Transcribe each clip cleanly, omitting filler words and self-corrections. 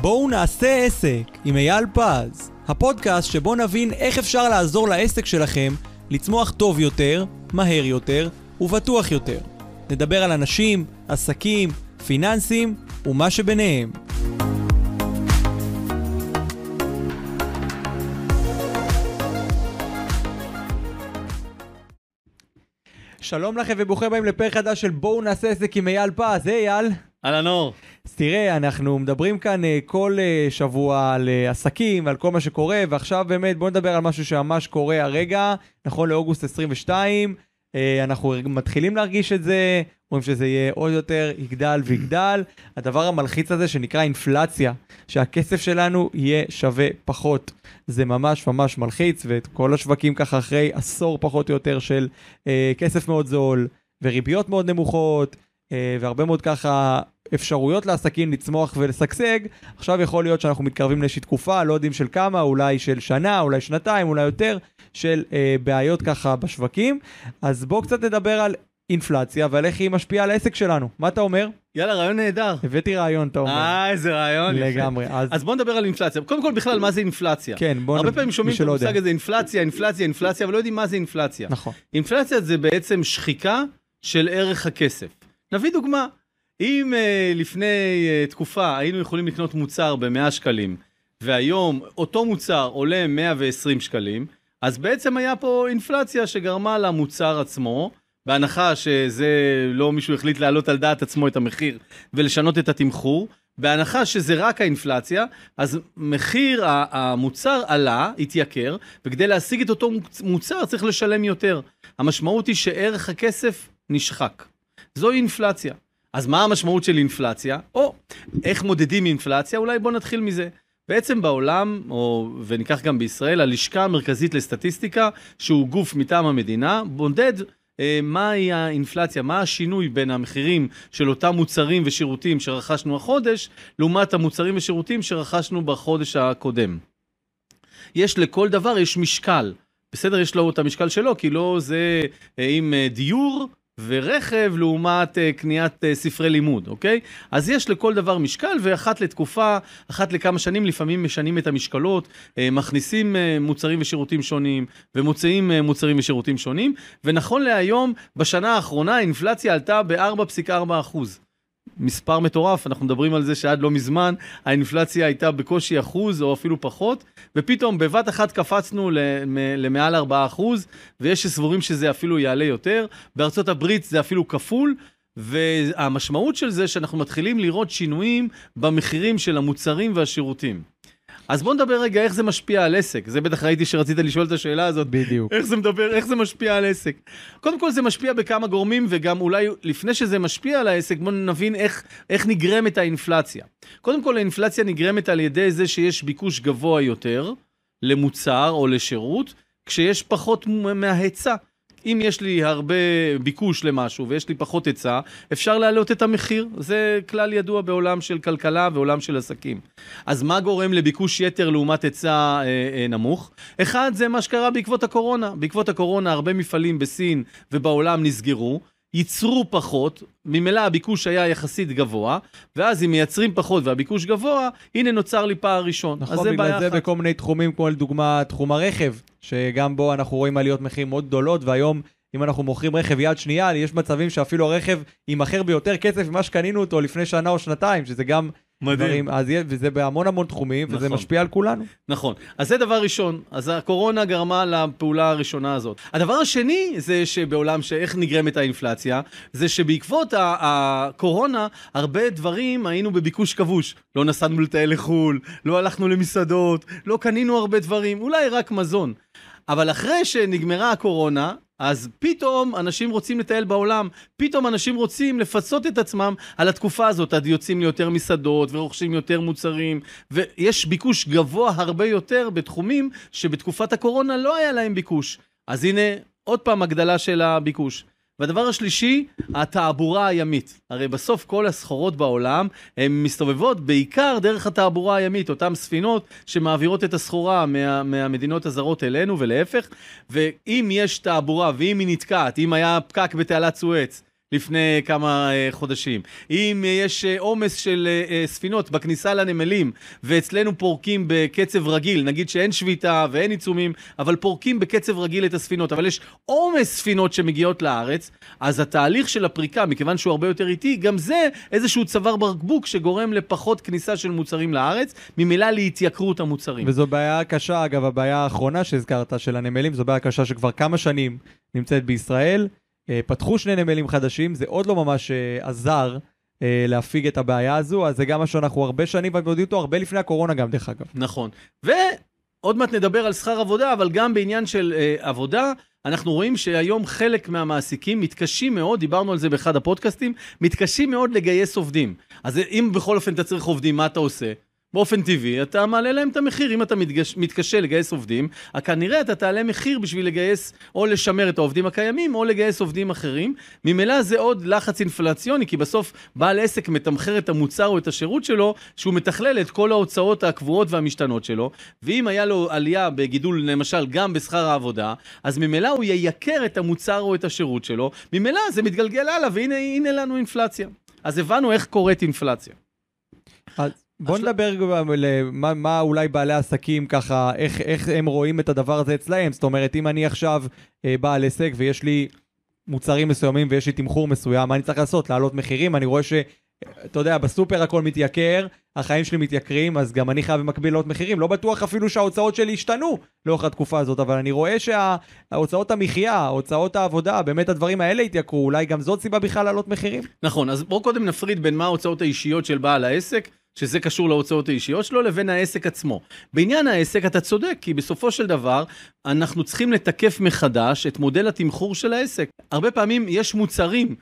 בואו נעשה עסק עם אייל פז, הפודקאסט שבו נבין איך אפשר לעזור לעסק שלכם לצמוח טוב יותר, מהר יותר ובטוח יותר. נדבר על אנשים, עסקים, פיננסים ומה שביניהם. שלום לכם וברוכים הבאים לפרק חדש של בואו נעשה עסק עם אייל פז. היי אייל. אהלן אור. תראה, אנחנו מדברים כאן כל שבוע על עסקים ועל כל מה שקורה, ועכשיו באמת בואו נדבר על משהו שממש קורה הרגע, נכון לאוגוסט 22, אנחנו מתחילים להרגיש את זה, רואים שזה יהיה עוד יותר, יגדל ויגדל, הדבר המלחיץ הזה שנקרא אינפלציה, שהכסף שלנו יהיה שווה פחות, זה ממש ממש מלחיץ, ואת כל השווקים ככה אחרי עשור פחות או יותר של כסף מאוד זול, וריביות מאוד נמוכות, והרבה מאוד ככה אפשרויות לעסקים לצמוח ולסגסג, עכשיו יכול להיות שאנחנו מתקרבים לאיזושהי תקופה, לא יודעים של כמה, אולי של שנה, אולי שנתיים, אולי יותר, של בעיות ככה בשווקים. אז בואו קצת נדבר על אינפלציה ועל איך היא משפיעה על העסק שלנו. מה אתה אומר? יאללה, רעיון נהדר. הבאתי רעיון, אתה אומר. איזה רעיון. לגמרי. אז בואו נדבר על אינפלציה. קודם כל בכלל, מה זה אינפלציה? כן, הרבה פעמים שומעים את המושג הזה, אינפלציה, אבל לא יודעים מה זה אינפלציה. נכון. אינפלציה זה בעצם שחיקה של ערך הכסף. נביא דוגמה. אם לפני תקופה היינו יכולים לקנות מוצר ב-100 שקלים, והיום אותו מוצר עולה 120 שקלים, אז בעצם היה פה אינפלציה שגרמה למוצר עצמו, בהנחה שזה לא מישהו החליט להעלות על דעת עצמו את המחיר ולשנות את התמחור, בהנחה שזה רק האינפלציה, אז מחיר המוצר עלה, התייקר, וכדי להשיג את אותו מוצר צריך לשלם יותר. המשמעות היא שערך הכסף נשחק. זוהי אינפלציה. אז מה המשמעות של אינפלציה? או איך מודדים אינפלציה? אולי בוא נתחיל מזה. בעצם בעולם, וניקח גם בישראל, הלשכה המרכזית לסטטיסטיקה, שהוא גוף מטעם המדינה, בודד מהי האינפלציה, מה השינוי בין המחירים של אותם מוצרים ושירותים שרכשנו החודש, לעומת המוצרים ושירותים שרכשנו בחודש הקודם. יש לכל דבר, יש משקל. בסדר, יש לו את המשקל שלו, כי לא זה עם דיור ורכב לעומת קניית ספרי לימוד, אוקיי? אז יש לכל דבר משקל, ואחת לתקופה, אחת לכמה שנים, לפעמים משנים את המשקלות, מכניסים מוצרים ושירותים שונים, ומוצאים מוצרים ושירותים שונים, ונכון להיום, בשנה האחרונה, האינפלציה עלתה ב-4.4%. מספר מטורף, אנחנו מדברים על זה שעד לא מזמן, האינפלציה הייתה בקושי 1% או אפילו פחות, ופתאום בבת אחת קפצנו למעל 4%, ויש שסבורים שזה אפילו יעלה יותר, בארצות הברית זה אפילו כפול, והמשמעות של זה שאנחנו מתחילים לראות שינויים במחירים של המוצרים והשירותים. אז בוא נדבר רגע איך זה משפיע על עסק. זה בטח ראיתי שרצית לשאול את השאלה הזאת. בדיוק. איך זה משפיע על עסק. קודם כל זה משפיע בכמה גורמים, וגם אולי לפני שזה משפיע על העסק, בוא נבין איך נגרמת האינפלציה. קודם כל האינפלציה נגרמת על ידי זה שיש ביקוש גבוה יותר למוצר או לשירות, כשיש פחות מההיצע. אם יש לי הרבה ביקוש למשהו ויש לי פחות היצע, אפשר להעלות את המחיר. זה כלל ידוע בעולם של כלכלה ועולם של עסקים. אז מה גורם לביקוש יתר לעומת היצע נמוך? אחד, זה מה שקרה בעקבות הקורונה. בעקבות הקורונה הרבה מפעלים בסין ובעולם נסגרו, ייצרו פחות, ממילא הביקוש היה יחסית גבוה, ואז אם מייצרים פחות והביקוש גבוה, הנה נוצר לי פער ראשון. נכון, בגלל זה בכל מיני תחומים, כמו לדוגמה תחום הרכב, שגם בו אנחנו רואים עליות מחירים מאוד גדולות, והיום אם אנחנו מוכרים רכב יד שנייה, יש מצבים שאפילו הרכב יימכר ביותר כסף ממה שקנינו אותו לפני שנה או שנתיים, שזה גם מדהים. אז וזה בהמון תחומים, וזה משפיע על כולנו. נכון. אז זה דבר ראשון. אז הקורונה גרמה לפעולה הראשונה הזאת. הדבר השני זה שבעולם שאיך נגרמת האינפלציה, זה שבעקבות הקורונה, הרבה דברים היינו בביקוש כבוש. לא נסענו לטייל לחול, לא הלכנו למסעדות, לא קנינו הרבה דברים, אולי רק מזון. אבל אחרי שנגמרה הקורונה, אז פתאום אנשים רוצים לטייל בעולם, פתאום אנשים רוצים לפצות את עצמם על התקופה הזאת, עד יוצאים ליותר מסעדות ורוכשים יותר מוצרים, ויש ביקוש גבוה הרבה יותר בתחומים שבתקופת הקורונה לא היה להם ביקוש. אז הנה עוד פעם הגדלה של הביקוש. והדבר השלישי, התעבורה הימית. הרי בסוף כל הסחורות בעולם, הן מסתובבות בעיקר דרך התעבורה הימית, אותן ספינות שמעבירות את הסחורה מהמדינות הזרות אלינו ולהפך, ואם יש תעבורה ואם היא נתקעת, אם היה פקק בתעלת סואץ, לפני כמה חודשים. אם יש עומס של ספינות בכניסה לנמלים, ואצלנו פורקים בקצב רגיל, נגיד שאין שביתה ואין עיצומים, אבל פורקים בקצב רגיל את הספינות, אבל יש עומס ספינות שמגיעות לארץ, אז התהליך של הפריקה, מכיוון שהוא הרבה יותר איטי, גם זה איזשהו צוואר בקבוק שגורם לפחות כניסה של מוצרים לארץ, ממילא להתייקרות המוצרים. וזו בעיה קשה, אגב, הבעיה האחרונה שהזכרת של הנמלים, זו בעיה קשה שכבר כמה שנים נמצאת בישראל, פתחו 2 נמלים חדשים, זה עוד לא ממש עזר להפיג את הבעיה הזו, אז זה גם מה שאנחנו הרבה שנים, ועובדים אותו הרבה לפני הקורונה גם, דרך אגב. נכון. ועוד מעט נדבר על שכר עבודה, אבל גם בעניין של עבודה, אנחנו רואים שהיום חלק מהמעסיקים מתקשים מאוד, דיברנו על זה באחד הפודקאסטים, מתקשים מאוד לגייס עובדים. אז אם בכל אופן אתה צריך עובדים, מה אתה עושה? באופן טבעי, אתה מעלה להם את המחיר. אם אתה מתקשה לגייס עובדים, כנראה אתה תעלה מחיר בשביל לגייס או לשמר את העובדים הקיימים, או לגייס עובדים אחרים. ממילא זה עוד לחץ אינפלציוני, כי בסוף בעל עסק מתמחר את המוצר או את השירות שלו, שהוא מתכלל את כל ההוצאות הקבועות והמשתנות שלו, ואם היה לו עלייה בגידול, למשל, גם בשכר העבודה, אז ממילא הוא ייקר את המוצר או את השירות שלו, ממילא זה מתגלגל הלאה, והנה לנו אינפלציה. אז הבנו איך קורית אינפלציה. בוא נדבר מה אולי בעלי עסקים ככה, איך הם רואים את הדבר הזה אצלהם. זאת אומרת, אם אני עכשיו בעל עסק ויש לי מוצרים מסוימים ויש לי תמחור מסוים, מה אני צריך לעשות? להעלות מחירים? אני רואה אתה יודע, בסופר הכל מתייקר, החיים שלי מתייקרים, אז גם אני חייב במקביל לעלות מחירים. לא בטוח אפילו שההוצאות שלי השתנו לאורך התקופה הזאת, אבל אני רואה שההוצאות המחיה, ההוצאות העבודה, באמת הדברים האלה התייקרו, אולי גם זאת סיבה בכלל לעלות מחירים? נכון, אז בואו קודם נפריד בין מה ההוצאות האישיות של בעל העסק, שזה קשור להוצאות האישיות שלו, לבין העסק עצמו. בעניין העסק אתה צודק, כי בסופו של דבר אנחנו צריכים לתקף מחדש את מודל התמחור של העסק. הרבה פעמים יש מוצרים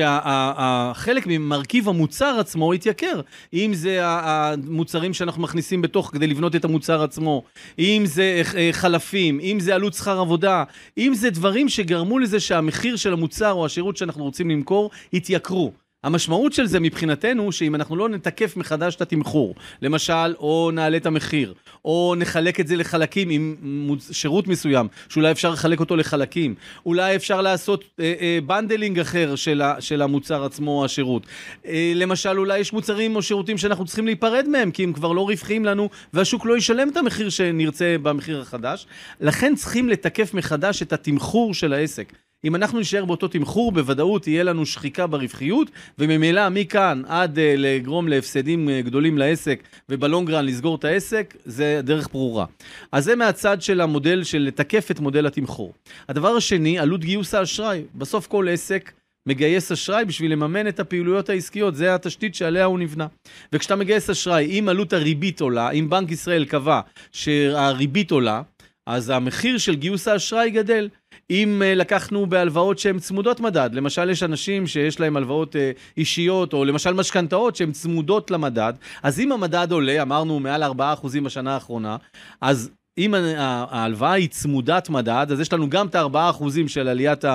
שהחלק ממרכיב המוצר עצמו התייקר. אם זה המוצרים שאנחנו מכניסים בתוך כדי לבנות את המוצר עצמו, אם זה חלפים, אם זה עלות שכר עבודה, אם זה דברים שגרמו לזה שהמחיר של המוצר או השירות שאנחנו רוצים למכור התייקרו. המשמעות של זה מבחינתנו, שאם אנחנו לא נתקף מחדש את התמחור, למשל, או נעלה את המחיר, או נחלק את זה לחלקים עם שירות מסוים, שאולי אפשר לחלק אותו לחלקים, אולי אפשר לעשות בנדלינג אחר של המוצר עצמו או השירות. למשל, אולי יש מוצרים או שירותים שאנחנו צריכים להיפרד מהם, כי הם כבר לא רווחיים לנו, והשוק לא ישלם את המחיר שנרצה במחיר החדש. לכן צריכים לתקף מחדש את התמחור של העסק. אם אנחנו נשאר באותו תמחור, בוודאות תהיה לנו שחיקה ברווחיות, וממילא מכאן עד לגרום להפסדים גדולים לעסק, ובלונגרן לסגור את העסק, זה דרך ברורה. אז זה מהצד של המודל של לתקף את מודל התמחור. הדבר השני, עלות גיוס האשראי. בסוף כל עסק מגייס אשראי בשביל לממן את הפעילויות העסקיות, זה התשתית שעליה הוא נבנה. וכשאתה מגייס אשראי, אם עלות הריבית עולה, אם בנק ישראל קבע שהריבית עולה, אז המחיר של גיוס האשראי גדל. אם לקחנו בהלוואות שהן צמודות מדד, למשל יש אנשים שיש להם הלוואות אישיות, או למשל משכנתאות שהן צמודות למדד, אז אם המדד עולה, אמרנו מעל 4% בשנה האחרונה, אז אם ההלוואה היא צמודת מדד, אז יש לנו גם את 4% של עליית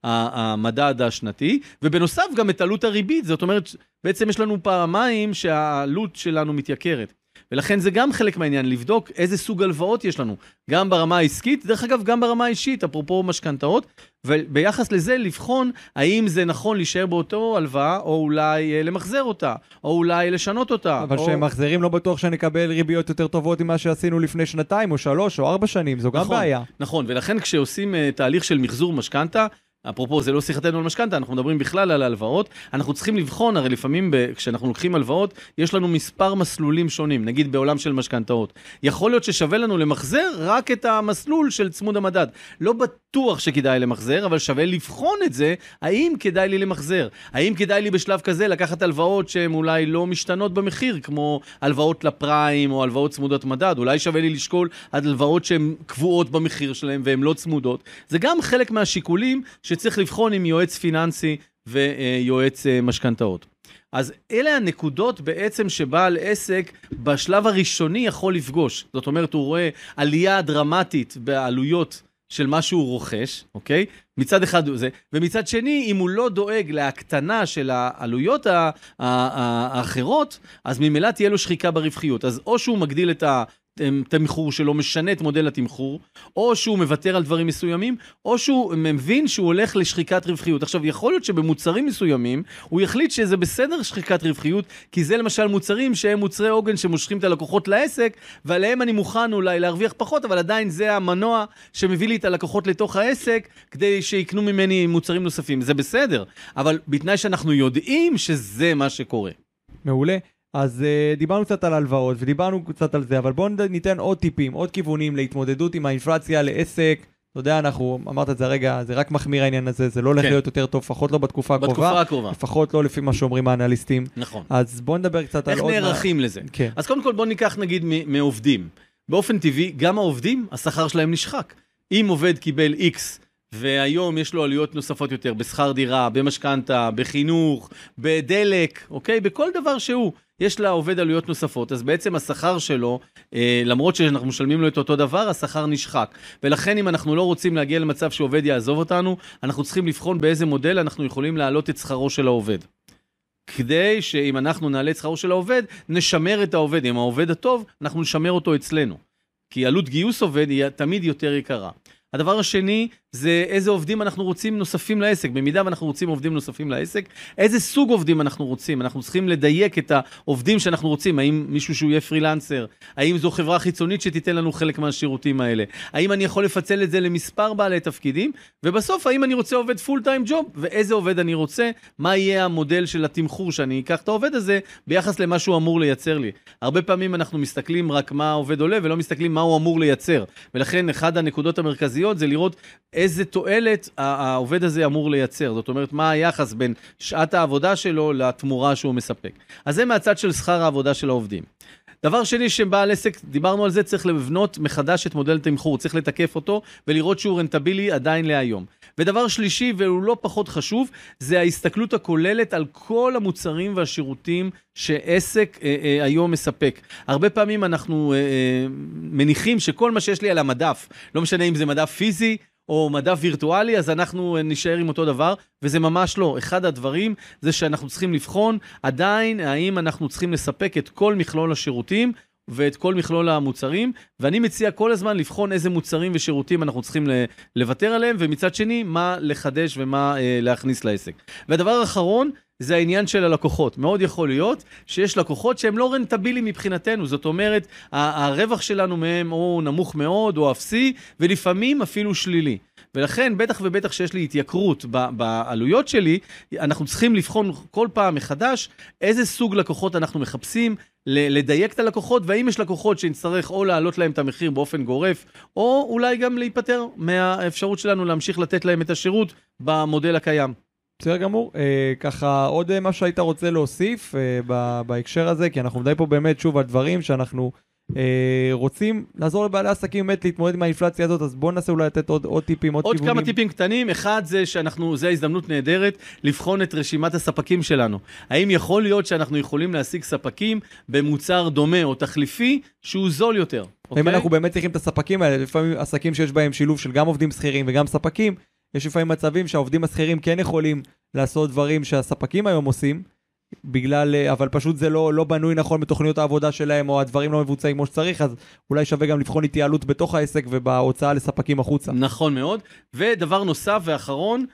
המדד השנתי, ובנוסף גם את עלות הריבית, זאת אומרת, בעצם יש לנו פעמיים שהעלות שלנו מתייקרת. ולכן זה גם חלק מהעניין, לבדוק איזה סוג הלוואות יש לנו, גם ברמה העסקית, דרך אגב גם ברמה האישית, אפרופו משכנתאות, וביחס לזה לבחון האם זה נכון להישאר באותו הלוואה, או אולי למחזר אותה, או אולי לשנות אותה. אבל שהם מחזרים לא בטוח שנקבל ריביות יותר טובות ממה שעשינו לפני 2 או 3 או 4 שנים, זו גם בעיה. נכון, ולכן כשעושים תהליך של מחזור משכנתה, אפרופו, זה לא שיחתנו על משכנתה, אנחנו מדברים בכלל על ההלוואות, אנחנו צריכים לבחון, הרי לפעמים כשאנחנו לוקחים הלוואות, יש לנו מספר מסלולים שונים, נגיד בעולם של משכנתאות. יכול להיות ששווה לנו למחזר רק את המסלול של צמוד המדד. לא בטוח שכדאי למחזר, אבל שווה לבחון את זה, האם כדאי לי למחזר? האם כדאי לי בשלב כזה לקחת הלוואות שהן אולי לא משתנות במחיר, כמו הלוואות לפריים או הלוואות צמודות מדד? אולי שווה לי לשקול הלוואות שהן קבועות במחיר שלהן והן לא צמודות. זה גם חלק מהשיקולים שצריך לבחון עם יועץ פיננסי ויועץ משכנתאות. אז אלה הנקודות בעצם שבעל עסק בשלב הראשוני יכול לפגוש. זאת אומרת, הוא רואה עלייה דרמטית בעלויות של מה שהוא רוכש, אוקיי? מצד אחד זה, ומצד שני, אם הוא לא דואג להקטנה של העלויות האחרות, אז ממילא תהיה לו שחיקה ברווחיות. אז או שהוא מגדיל את התמחור שלו, משנה את מודל התמחור, או שהוא מוותר על דברים מסוימים, או שהוא מבין שהוא הולך לשחיקת רווחיות. עכשיו, יכול להיות שבמוצרים מסוימים, הוא יחליט שזה בסדר שחיקת רווחיות, כי זה למשל מוצרים שהם מוצרי עוגן שמושכים את הלקוחות לעסק, ועליהם אני מוכן אולי להרוויח פחות, אבל עדיין זה המנוע שמביא לי את הלקוחות לתוך העסק, כדי שיקנו ממני מוצרים נוספים. זה בסדר, אבל בתנאי שאנחנו יודעים שזה מה שקורה. מעולה. אז דיברנו קצת על הלוואות ודיברנו קצת על זה, אבל בואו ניתן עוד טיפים, עוד כיוונים להתמודדות עם האינפלציה לעסק. אתה יודע, אנחנו אמרת את זה רגע, זה רק מחמיר העניין הזה, זה לא הולך להיות יותר טוב, לפחות לא בתקופה הקרובה, לפחות לא לפי מה שאומרים האנליסטים. נכון. אז בואו נדבר קצת על איך נערכים לזה. כן. אז קודם כל בואו ניקח נגיד מעובדים. באופן טבעי, גם העובדים, השכר שלהם נשחק. אם עובד קיבל X, והיום יש לו עלויות נוספות יותר, בשכר דירה, במשכנתה, בחינוך, בדלק, אוקיי? בכל דבר שהוא, יש לעובד עלויות נוספות, אז בעצם השכר שלו, למרות שאנחנו משלמים לו את אותו דבר, השכר נשחק. ולכן אם אנחנו לא רוצים להגיע למצב שעובד יעזוב אותנו, אנחנו צריכים לבחון באיזה מודל אנחנו יכולים להעלות את שכרו של העובד. כדי שאם אנחנו נעלה את שכרו של העובד, נשמר את העובד. אם העובד הטוב, אנחנו נשמר אותו אצלנו. כי עלות גיוס עובד היא תמיד יותר יקרה. הדבר השני זה איזה עובדים אנחנו רוצים נוספים לעסק. במידה ואנחנו רוצים עובדים נוספים לעסק, איזה סוג עובדים אנחנו רוצים. אנחנו צריכים לדייק את העובדים שאנחנו רוצים. האם מישהו שהוא יהיה פרילנסר? האם זו חברה חיצונית שתיתן לנו חלק מהשירותים האלה? האם אני יכול לפצל את זה למספר בעלי תפקידים? ובסוף, האם אני רוצה עובד פול טיים ג'וב? ואיזה עובד אני רוצה? מה יהיה המודל של התמחור שאני אקח את העובד הזה ביחס למה שהוא אמור לייצר לי? הרבה פעמים אנחנו מסתכלים רק מה העובד עולה ולא מסתכלים מה הוא אמור לייצר. ולכן אחד הנקודות המרכזיות זה לראות איזה תועלת העובד הזה אמור לייצר. זאת אומרת, מה היחס בין שעת העבודה שלו לתמורה שהוא מספק. אז זה מהצד של שכר העבודה של העובדים. דבר שני שבעל עסק, דיברנו על זה, צריך לבנות מחדש את מודל תמחור, צריך לתקף אותו ולראות שהוא רנטבילי עדיין להיום. ודבר שלישי, והוא לא פחות חשוב, זה ההסתכלות הכוללת על כל המוצרים והשירותים שעסק היום מספק. הרבה פעמים אנחנו מניחים שכל מה שיש לי על המדף, לא משנה אם זה מדף פיזי או מדף וירטואלי, אז אנחנו נשאר עם אותו דבר, וזה ממש לא. אחד הדברים זה שאנחנו צריכים לבחון עדיין האם אנחנו צריכים לספק את כל מכלול השירותים ואת כל מכלול המוצרים, ואני מציע כל הזמן לבחון איזה מוצרים ושירותים אנחנו צריכים לוותר עליהם, ומצד שני מה לחדש ומה להכניס לעסק. והדבר האחרון זה העניין של הלקוחות. מאוד יכול להיות שיש לקוחות שהם לא רנטבילים מבחינתנו, זאת אומרת, הרווח שלנו מהם הוא נמוך מאוד או אפסי, ולפעמים אפילו שלילי. ולכן, בטח ובטח שיש לי התייקרות בעלויות שלי, אנחנו צריכים לבחון כל פעם מחדש איזה סוג לקוחות אנחנו מחפשים, לדייק את הלקוחות, והאם יש לקוחות שנצטרך או להעלות להם את המחיר באופן גורף, או אולי גם להיפטר מהאפשרות שלנו להמשיך לתת להם את השירות במודל הקיים. בסדר גמור, ככה עוד מה שהיית רוצה להוסיף בהקשר הזה, כי אנחנו די פה באמת שוב על דברים שאנחנו רוצים לעזור לבעלי עסקים באמת להתמודד עם האינפלציה הזאת, אז בואו ננסה אולי לתת עוד טיפים, עוד כיוונים. עוד כמה טיפים קטנים. אחד זה זה ההזדמנות נהדרת לבחון את רשימת הספקים שלנו. האם יכול להיות שאנחנו יכולים להשיג ספקים במוצר דומה או תחליפי שהוא זול יותר? אם אנחנו באמת צריכים את הספקים האלה, לפעמים עסקים שיש בהם שילוב של גם עובדים שכירים וגם ספקים, יש לפעמים מצבים שהעובדים השכירים כן יכולים לעשות דברים שהספקים היום עושים, אבל פשוט זה לא בנוי נכון בתוכניות העבודה שלהם, או הדברים לא מבוצעים כמו שצריך, אז אולי שווה גם לבחון התייעלות בתוך העסק ובהוצאה לספקים החוצה. נכון מאוד. ודבר נוסף ואחרון,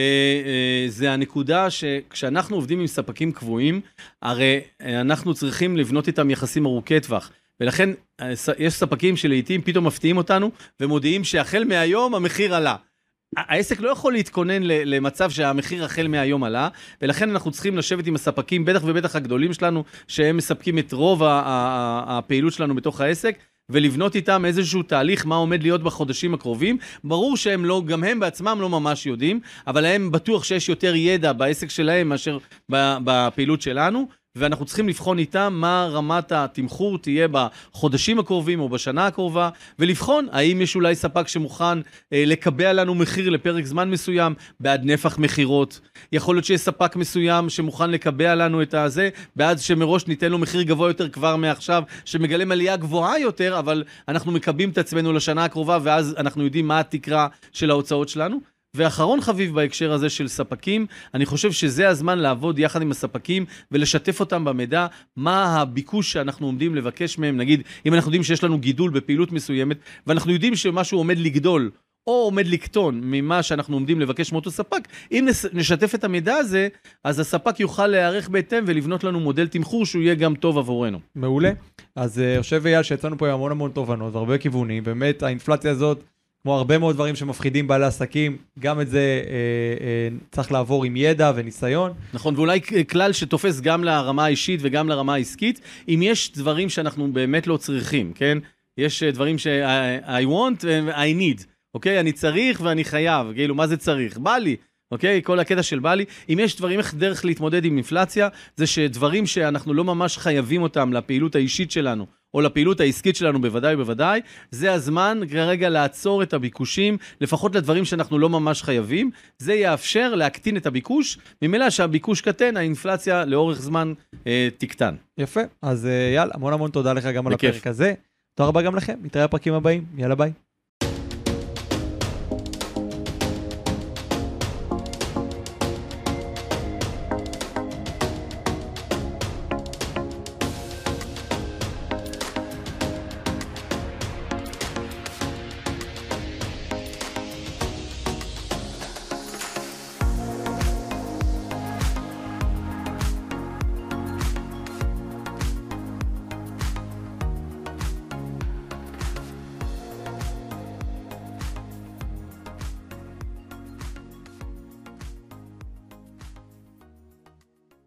זה הנקודה שכשאנחנו עובדים עם ספקים קבועים, הרי אנחנו צריכים לבנות איתם יחסים ארוכי טווח. ולכן יש ספקים שלעיתים פתאום מפתיעים אותנו, ומודיעים שהחל מהיום המחיר עלה. העסק לא יכול להתכונן למצב שהמחיר החל מהיום עלה, ולכן אנחנו צריכים לשבת עם הספקים, בטח ובטח הגדולים שלנו, שהם מספקים את רוב הפעילות שלנו בתוך העסק, ולבנות איתם איזשהו תהליך מה עומד להיות בחודשים הקרובים. ברור שהם לא, גם הם בעצמם לא ממש יודעים, אבל הם בטוח שיש יותר ידע בעסק שלהם מאשר בפעילות שלנו, ואנחנו צריכים לבחון איתם מה רמת התמחור תהיה בחודשים הקרובים או בשנה הקרובה, ולבחון האם יש אולי ספק שמוכן לקבע לנו מחיר לפרק זמן מסוים בעד נפח מחירות. יכול להיות שיש ספק מסוים שמוכן לקבע לנו את הזה, בעד שמראש ניתן לו מחיר גבוה יותר כבר מעכשיו, שמגלם עלייה גבוהה יותר, אבל אנחנו מקבים את עצמנו לשנה הקרובה, ואז אנחנו יודעים מה התקרה של ההוצאות שלנו. ואחרון חביב בהקשר הזה של ספקים, אני חושב שזה הזמן לעבוד יחד עם הספקים ולשתף אותם במידע, מה הביקוש שאנחנו עומדים לבקש מהם, נגיד, אם אנחנו יודעים שיש לנו גידול בפעילות מסוימת, ואנחנו יודעים שמשהו עומד לגדול, או עומד לקטון ממה שאנחנו עומדים לבקש מאותו ספק, אם נשתף את המידע הזה, אז הספק יוכל להיערך בהתאם ולבנות לנו מודל תמחור שהוא יהיה גם טוב עבורנו. מעולה. אז חושב אייל שיצאנו פה המון המון תובנות והרבה כיוונים, באמת האינפלציה הזאת, כמו הרבה מאוד דברים שמפחידים בעלי עסקים, גם את זה צריך לעבור עם ידע וניסיון. נכון, ואולי כלל שתופס גם לרמה האישית וגם לרמה העסקית, אם יש דברים שאנחנו באמת לא צריכים, כן? יש דברים I want and I need. אוקיי? אני צריך ואני חייב. כאילו, מה זה צריך? בא לי. אוקיי? כל הקטע של בא לי. אם יש דברים, איך דרך להתמודד עם אינפלציה, זה שדברים שאנחנו לא ממש חייבים אותם לפעילות האישית שלנו, או לפעילות העסקית שלנו בוודאי ובוודאי, זה הזמן כרגע לעצור את הביקושים, לפחות לדברים שאנחנו לא ממש חייבים. זה יאפשר להקטין את הביקוש, ממילא שהביקוש קטן, האינפלציה לאורך זמן תקטן. יפה. אז יאללה, המון המון תודה לך גם על הפרק הזה. תודה רבה גם לכם. נתראה בפרקים הבאים. יאללה ביי.